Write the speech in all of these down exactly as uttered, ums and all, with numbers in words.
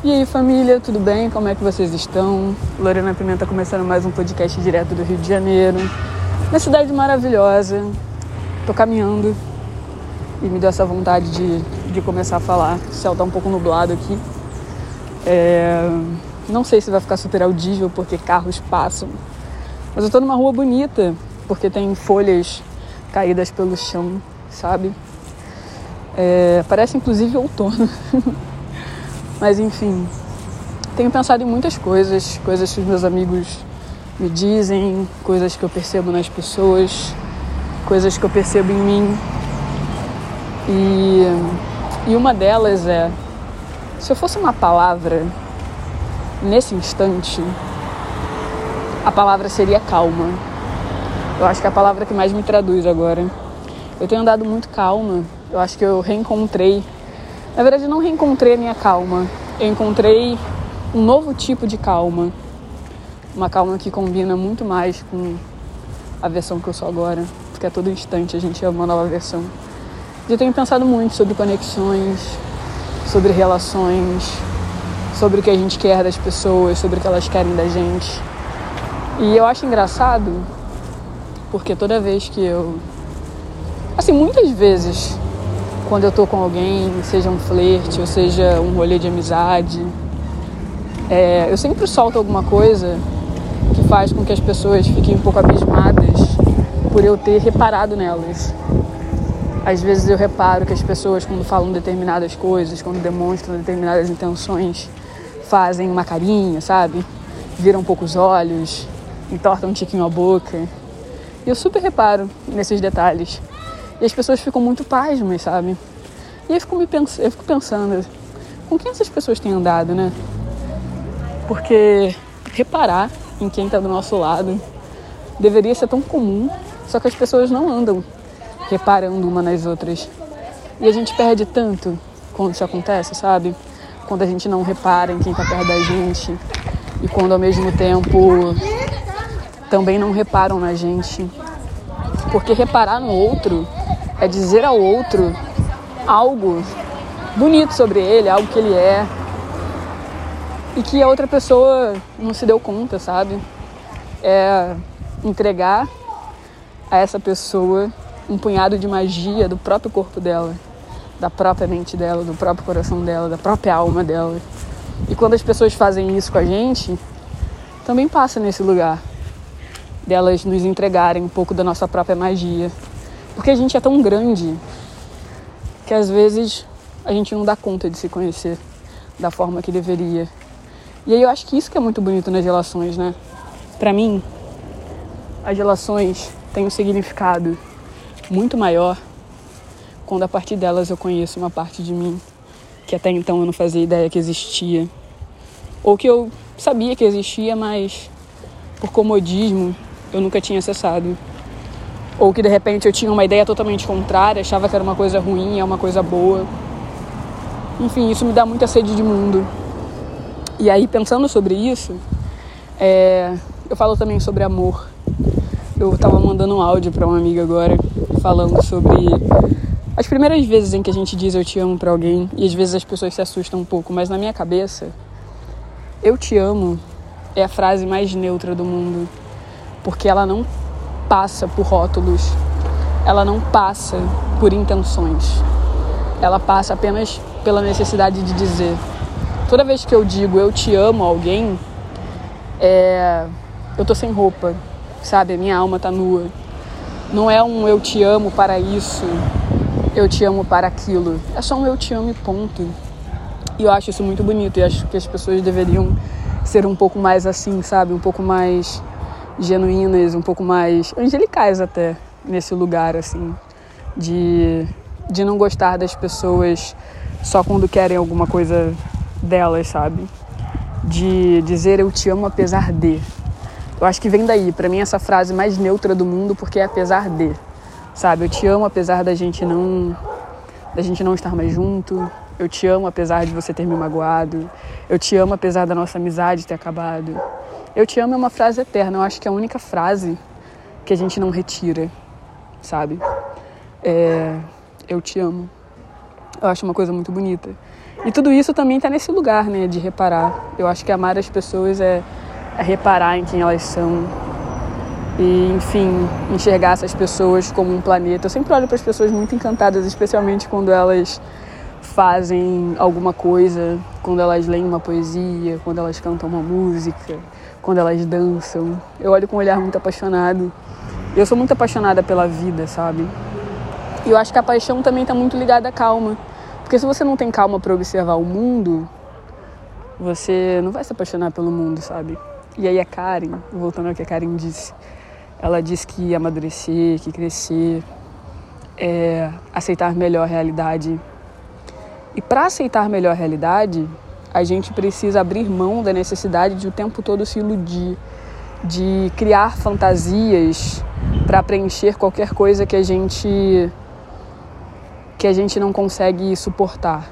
E aí, família, tudo bem? Como é que vocês estão? Lorena Pimenta começando mais um podcast direto do Rio de Janeiro. Uma cidade maravilhosa. Tô caminhando e me deu essa vontade de, de começar a falar. O céu tá um pouco nublado aqui. É... Não sei se vai ficar super audível porque carros passam. Mas eu tô numa rua bonita porque tem folhas caídas pelo chão, sabe? É... Parece inclusive outono. Mas enfim, tenho pensado em muitas coisas, coisas que os meus amigos me dizem, coisas que eu percebo nas pessoas, coisas que eu percebo em mim. E, e uma delas é, se eu fosse uma palavra, nesse instante, a palavra seria calma. Eu acho que é a palavra que mais me traduz agora. Eu tenho andado muito calma, eu acho que eu reencontrei. Na verdade, eu não reencontrei a minha calma. Eu encontrei um novo tipo de calma. Uma calma que combina muito mais com a versão que eu sou agora. Porque a todo instante a gente ama uma nova versão. E eu tenho pensado muito sobre conexões, sobre relações, sobre o que a gente quer das pessoas, sobre o que elas querem da gente. E eu acho engraçado, porque toda vez que eu... Assim, muitas vezes... Quando eu tô com alguém, seja um flerte ou seja um rolê de amizade, é, eu sempre solto alguma coisa que faz com que as pessoas fiquem um pouco abismadas por eu ter reparado nelas. Às vezes eu reparo que as pessoas, quando falam determinadas coisas, quando demonstram determinadas intenções, fazem uma carinha, sabe? Viram um pouco os olhos, entortam um tiquinho a boca. E eu super reparo nesses detalhes. E as pessoas ficam muito pasmas, sabe? E eu fico, me pens- eu fico pensando, com quem essas pessoas têm andado, né? Porque reparar em quem tá do nosso lado deveria ser tão comum, só que as pessoas não andam reparando uma nas outras. E a gente perde tanto quando isso acontece, sabe? Quando a gente não repara em quem tá perto da gente e quando ao mesmo tempo também não reparam na gente. Porque reparar no outro é dizer ao outro algo bonito sobre ele, algo que ele é, e que a outra pessoa não se deu conta, sabe? É entregar a essa pessoa um punhado de magia do próprio corpo dela, da própria mente dela, do próprio coração dela, da própria alma dela. E quando as pessoas fazem isso com a gente, também passa nesse lugar delas nos entregarem um pouco da nossa própria magia. Porque a gente é tão grande que às vezes a gente não dá conta de se conhecer da forma que deveria. E aí eu acho que isso que é muito bonito nas relações, né? Pra mim, as relações têm um significado muito maior quando a partir delas eu conheço uma parte de mim que até então eu não fazia ideia que existia. Ou que eu sabia que existia, mas por comodismo eu nunca tinha acessado. Ou que de repente eu tinha uma ideia totalmente contrária, achava que era uma coisa ruim, é uma coisa boa. Enfim, isso me dá muita sede de mundo. E aí, pensando sobre isso, é... eu falo também sobre amor. Eu tava mandando um áudio pra uma amiga agora, falando sobre as primeiras vezes em que a gente diz eu te amo pra alguém, e às vezes as pessoas se assustam um pouco, mas na minha cabeça, eu te amo é a frase mais neutra do mundo, porque ela não passa por rótulos, ela não passa por intenções, ela passa apenas pela necessidade de dizer. Toda vez que eu digo eu te amo a alguém, é... eu tô sem roupa, sabe? A minha alma tá nua. Não é um eu te amo para isso, eu te amo para aquilo. É só um eu te amo e ponto. E eu acho isso muito bonito e acho que as pessoas deveriam ser um pouco mais assim, sabe? Um pouco mais genuínas, um pouco mais angelicais até, nesse lugar, assim, de, de não gostar das pessoas só quando querem alguma coisa delas, sabe? De dizer eu te amo apesar de. Eu acho que vem daí, pra mim, essa frase mais neutra do mundo, porque é apesar de, sabe? Eu te amo apesar da gente não, da gente não estar mais junto. Eu te amo apesar de você ter me magoado. Eu te amo apesar da nossa amizade ter acabado. Eu te amo é uma frase eterna. Eu acho que é a única frase que a gente não retira, sabe? É, eu te amo. Eu acho uma coisa muito bonita. E tudo isso também está nesse lugar, né, de reparar. Eu acho que amar as pessoas é, é reparar em quem elas são. E, enfim, enxergar essas pessoas como um planeta. Eu sempre olho para as pessoas muito encantadas, especialmente quando elas fazem alguma coisa, quando elas leem uma poesia, quando elas cantam uma música, quando elas dançam. Eu olho com um olhar muito apaixonado. Eu sou muito apaixonada pela vida, sabe? E eu acho que a paixão também está muito ligada à calma. Porque se você não tem calma para observar o mundo, você não vai se apaixonar pelo mundo, sabe? E aí a Karen, voltando ao que a Karen disse, ela disse que amadurecer, que crescer, é aceitar melhor a realidade. E para aceitar melhor a realidade, a gente precisa abrir mão da necessidade de o tempo todo se iludir, de criar fantasias para preencher qualquer coisa que a gente que a gente não consegue suportar.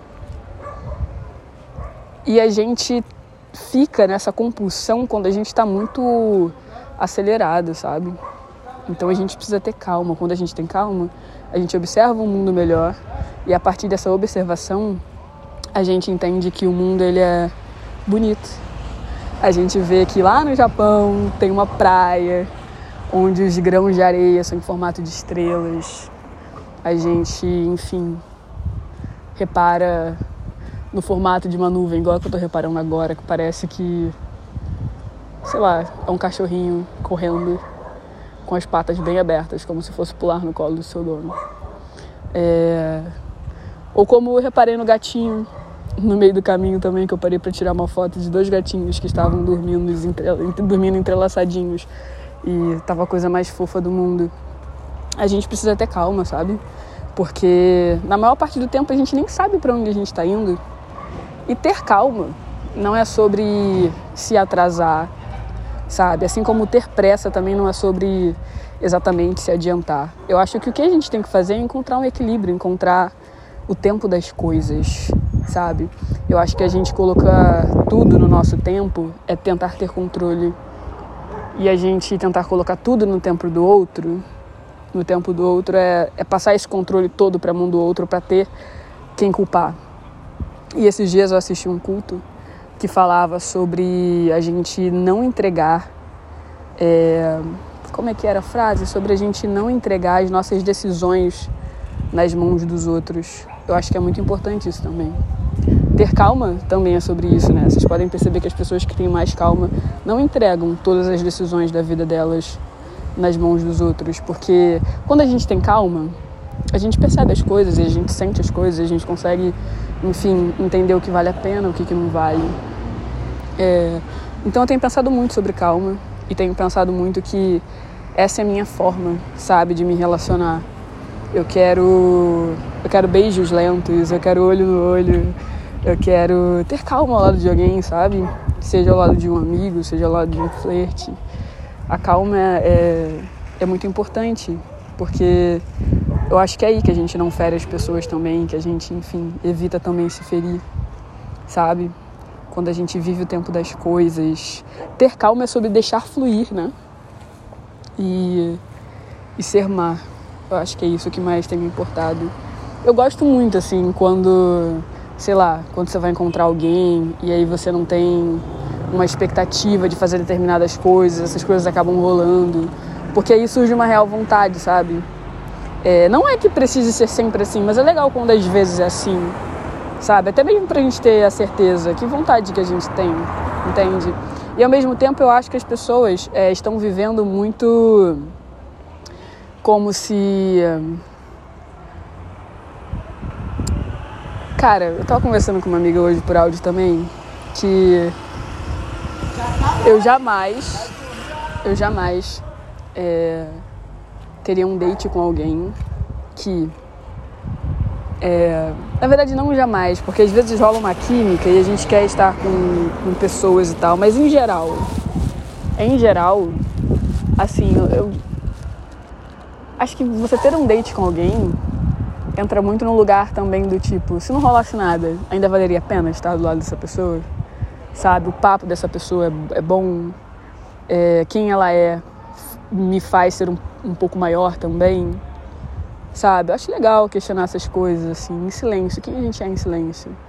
E a gente fica nessa compulsão quando a gente está muito acelerado, sabe? Então a gente precisa ter calma. Quando a gente tem calma, a gente observa o mundo melhor e a partir dessa observação a gente entende que o mundo ele é bonito. A gente vê que lá no Japão tem uma praia onde os grãos de areia são em formato de estrelas. A gente, enfim, repara no formato de uma nuvem, igual que eu tô reparando agora, que parece que, sei lá, é um cachorrinho correndo com as patas bem abertas, como se fosse pular no colo do seu dono. É... Ou como eu reparei no gatinho, no meio do caminho também, que eu parei para tirar uma foto de dois gatinhos que estavam dormindo, entre... dormindo entrelaçadinhos. E tava a coisa mais fofa do mundo. A gente precisa ter calma, sabe? Porque na maior parte do tempo a gente nem sabe para onde a gente está indo. E ter calma não é sobre se atrasar, sabe? Assim como ter pressa também não é sobre exatamente se adiantar. Eu acho que o que a gente tem que fazer é encontrar um equilíbrio, encontrar o tempo das coisas, sabe? Eu acho que a gente colocar tudo no nosso tempo é tentar ter controle. E a gente tentar colocar tudo no tempo do outro, no tempo do outro é, é passar esse controle todo para a mão do outro para ter quem culpar. E esses dias eu assisti um culto que falava sobre a gente não entregar, é, como é que era a frase? Sobre a gente não entregar as nossas decisões nas mãos dos outros. Eu acho que é muito importante isso também. Ter calma também é sobre isso, né? Vocês podem perceber que as pessoas que têm mais calma não entregam todas as decisões da vida delas nas mãos dos outros, porque quando a gente tem calma, a gente percebe as coisas e a gente sente as coisas, a gente consegue, enfim, entender o que vale a pena, o que, que não vale. É, então eu tenho pensado muito sobre calma e tenho pensado muito que essa é a minha forma, sabe, de me relacionar. Eu quero, eu quero beijos lentos, eu quero olho no olho, eu quero ter calma ao lado de alguém, sabe? Seja ao lado de um amigo, seja ao lado de um flerte. A calma é, é muito importante, porque eu acho que é aí que a gente não fere as pessoas também, que a gente, enfim, evita também se ferir, sabe? Quando a gente vive o tempo das coisas. Ter calma é sobre deixar fluir, né? E, e ser mar. Eu acho que é isso que mais tem me importado. Eu gosto muito, assim, quando, sei lá, quando você vai encontrar alguém e aí você não tem uma expectativa de fazer determinadas coisas, essas coisas acabam rolando, porque aí surge uma real vontade, sabe? É, não é que precise ser sempre assim, mas é legal quando às vezes é assim, sabe? Até mesmo pra gente ter a certeza, que vontade que a gente tem, entende? E ao mesmo tempo eu acho que as pessoas é, estão vivendo muito como se... Cara, eu tava conversando com uma amiga hoje por áudio também, que eu jamais, eu jamais é, teria um date com alguém que... É, na verdade não jamais, porque às vezes rola uma química e a gente quer estar com, com pessoas e tal, mas em geral, em geral, assim, eu, eu acho que você ter um date com alguém entra muito no lugar também do tipo, se não rolasse nada, ainda valeria a pena estar do lado dessa pessoa? Sabe, o papo dessa pessoa é, é bom, é, quem ela é me faz ser um, um pouco maior também, sabe? Eu acho legal questionar essas coisas, assim, em silêncio, quem a gente é em silêncio,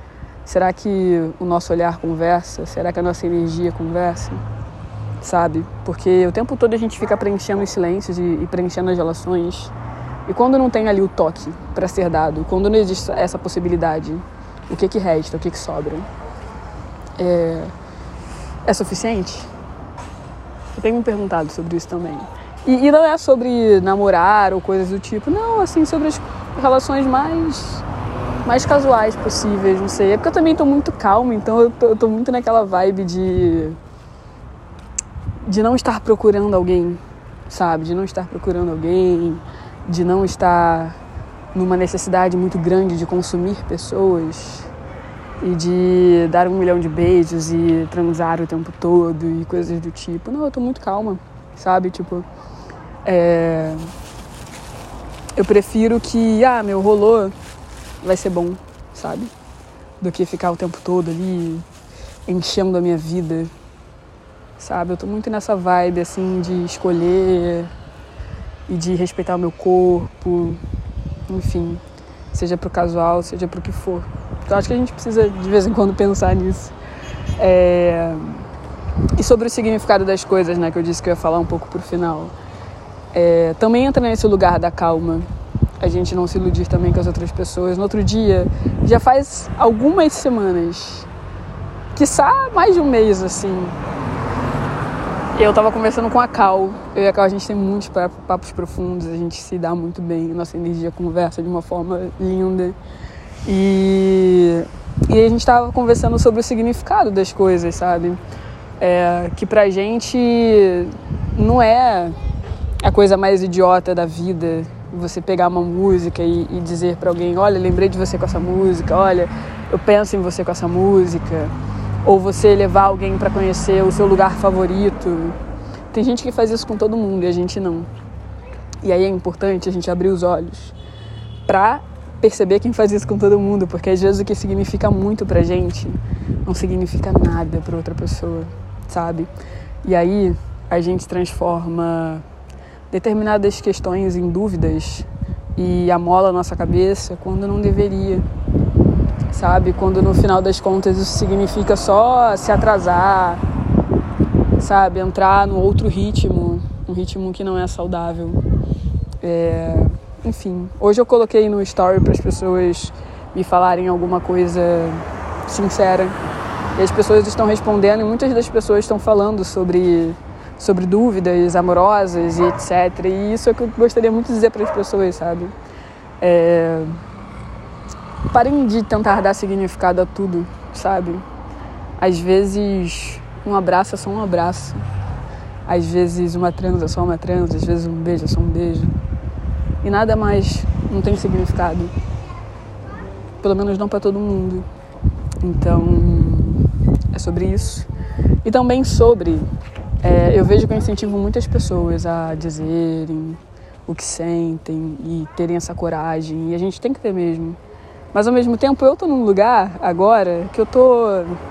Será que o nosso olhar conversa? Será que a nossa energia conversa? Sabe? Porque o tempo todo a gente fica preenchendo os silêncios e, e preenchendo as relações. E quando não tem ali o toque para ser dado, quando não existe essa possibilidade, o que que resta, o que que sobra? É, é suficiente? Eu tenho me perguntado sobre isso também. E, e não é sobre namorar ou coisas do tipo, não, assim, sobre as relações mais, mais casuais possíveis, não sei. É porque eu também tô muito calma, então eu tô, eu tô muito naquela vibe de... de não estar procurando alguém, sabe? De não estar procurando alguém, de não estar numa necessidade muito grande de consumir pessoas e de dar um milhão de beijos e transar o tempo todo e coisas do tipo. Não, eu tô muito calma, sabe? Tipo, é... eu prefiro que, ah, meu, rolou, vai ser bom, sabe? Do que ficar o tempo todo ali enchendo a minha vida, sabe? Eu tô muito nessa vibe, assim, de escolher e de respeitar o meu corpo, enfim, seja pro casual, seja pro que for. Então, acho que a gente precisa, de vez em quando, pensar nisso. É... E sobre o significado das coisas, né, que eu disse que eu ia falar um pouco pro final. É... Também entra nesse lugar da calma. A gente não se iludir também com as outras pessoas. No outro dia, já faz algumas semanas, quiçá mais de um mês, assim, eu tava conversando com a Cal. Eu e a Cal, a gente tem muitos papos profundos, a gente se dá muito bem, nossa energia conversa de uma forma linda. E, e a gente tava conversando sobre o significado das coisas, sabe? É, que pra gente não é a coisa mais idiota da vida você pegar uma música e, e dizer pra alguém, olha, lembrei de você com essa música, olha, eu penso em você com essa música. Ou você levar alguém pra conhecer o seu lugar favorito. Tem gente que faz isso com todo mundo e a gente não. E aí é importante a gente abrir os olhos pra perceber quem faz isso com todo mundo, porque às vezes o que significa muito pra gente não significa nada pra outra pessoa, sabe? E aí a gente transforma determinadas questões em dúvidas e amola a nossa cabeça quando não deveria, sabe? Quando no final das contas isso significa só se atrasar, sabe? Entrar no outro ritmo, um ritmo que não é saudável. É... Enfim, hoje eu coloquei no story para as pessoas me falarem alguma coisa sincera. E as pessoas estão respondendo e muitas das pessoas estão falando sobre, sobre dúvidas amorosas e etcétera. E isso é o que eu gostaria muito de dizer para as pessoas, sabe? É... Parem de tentar dar significado a tudo, sabe? Às vezes um abraço é só um abraço. Às vezes uma transa é só uma transa. Às vezes um beijo é só um beijo. E nada mais não tem significado. Pelo menos não para todo mundo. Então, é sobre isso. E também sobre... É, eu vejo que eu incentivo muitas pessoas a dizerem o que sentem e terem essa coragem. E a gente tem que ter mesmo. Mas ao mesmo tempo eu tô num lugar agora que eu tô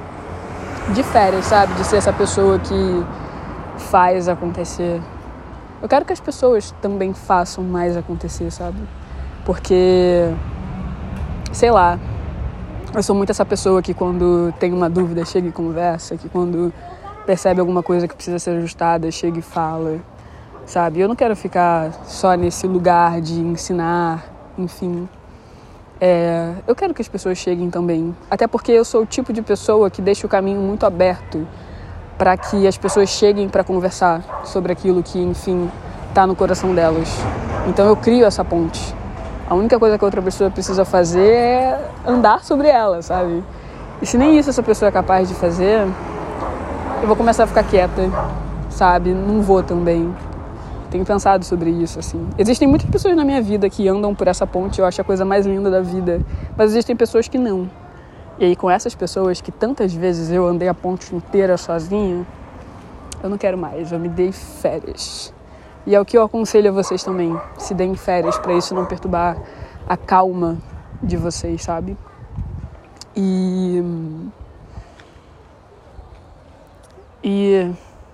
de férias, sabe? De ser essa pessoa que faz acontecer. Eu quero que as pessoas também façam mais acontecer, sabe? Porque, sei lá, eu sou muito essa pessoa que quando tem uma dúvida chega e conversa, que quando percebe alguma coisa que precisa ser ajustada, chega e fala, sabe? Eu não quero ficar só nesse lugar de ensinar, enfim... É, eu quero que as pessoas cheguem também, até porque eu sou o tipo de pessoa que deixa o caminho muito aberto para que as pessoas cheguem para conversar sobre aquilo que, enfim, está no coração delas. Então eu crio essa ponte. A única coisa que a outra pessoa precisa fazer é andar sobre ela, sabe? E se nem isso essa pessoa é capaz de fazer, eu vou começar a ficar quieta, sabe? Não vou também. Tenho pensado sobre isso, assim. Existem muitas pessoas na minha vida que andam por essa ponte, eu acho a coisa mais linda da vida. Mas existem pessoas que não. E aí, com essas pessoas que tantas vezes eu andei a ponte inteira sozinha, eu não quero mais, eu me dei férias. E é o que eu aconselho a vocês também. Se deem férias para isso não perturbar a calma de vocês, sabe? E... E...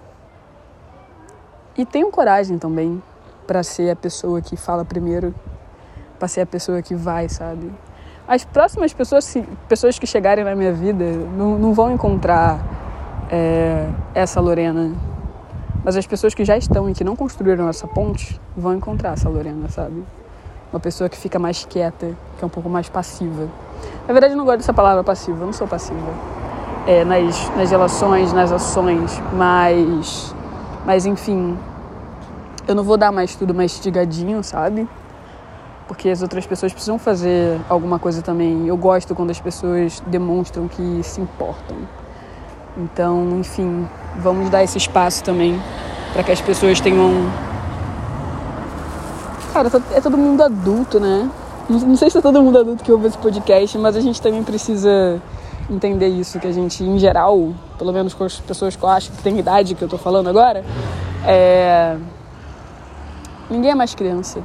E tenham coragem também para ser a pessoa que fala primeiro, para ser a pessoa que vai, sabe? as próximas pessoas, pessoas que chegarem na minha vida não, não vão encontrar é, essa Lorena. Mas as pessoas que já estão e que não construíram essa ponte vão encontrar essa Lorena, sabe? Uma pessoa que fica mais quieta, que é um pouco mais passiva. Na verdade, eu não gosto dessa palavra passiva, eu não sou passiva. É, nas, nas relações, nas ações, mas, mas enfim, eu não vou dar mais tudo mastigadinho, sabe? Porque as outras pessoas precisam fazer alguma coisa também. Eu gosto quando as pessoas demonstram que se importam. Então, enfim, vamos dar esse espaço também para que as pessoas tenham... Cara, é todo mundo adulto, né? Não sei se é todo mundo adulto que ouve esse podcast, mas a gente também precisa entender isso, que a gente, em geral, pelo menos com as pessoas que eu acho que tem idade que eu tô falando agora, é... ninguém é mais criança,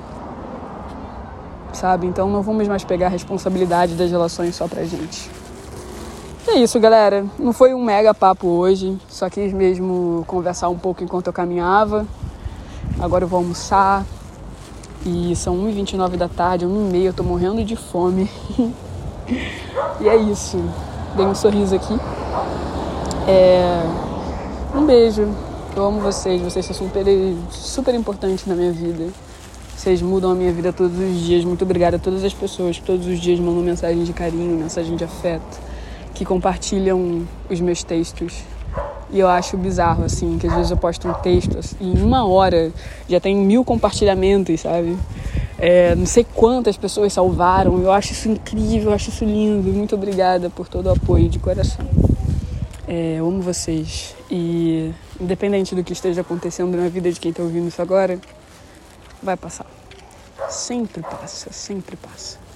sabe? Então não vamos mais pegar a responsabilidade das relações só pra gente. E é isso, galera. Não foi um mega papo hoje, só quis mesmo conversar um pouco enquanto eu caminhava. Agora eu vou almoçar e são uma e vinte e nove da tarde, uma e meia, eu tô morrendo de fome. E é isso. Dei um sorriso aqui. É... Um beijo. Eu amo vocês. Vocês são super, super importantes na minha vida. Vocês mudam a minha vida todos os dias. Muito obrigada a todas as pessoas que todos os dias mandam mensagem de carinho, mensagem de afeto, que compartilham os meus textos. E eu acho bizarro, assim, que às vezes eu posto um texto assim, e em uma hora já tem mil compartilhamentos, sabe? É, não sei quantas pessoas salvaram. Eu acho isso incrível, eu acho isso lindo. Muito obrigada por todo o apoio de coração. É, eu amo vocês. E independente do que esteja acontecendo na vida de quem está ouvindo isso agora, vai passar. Sempre passa, sempre passa.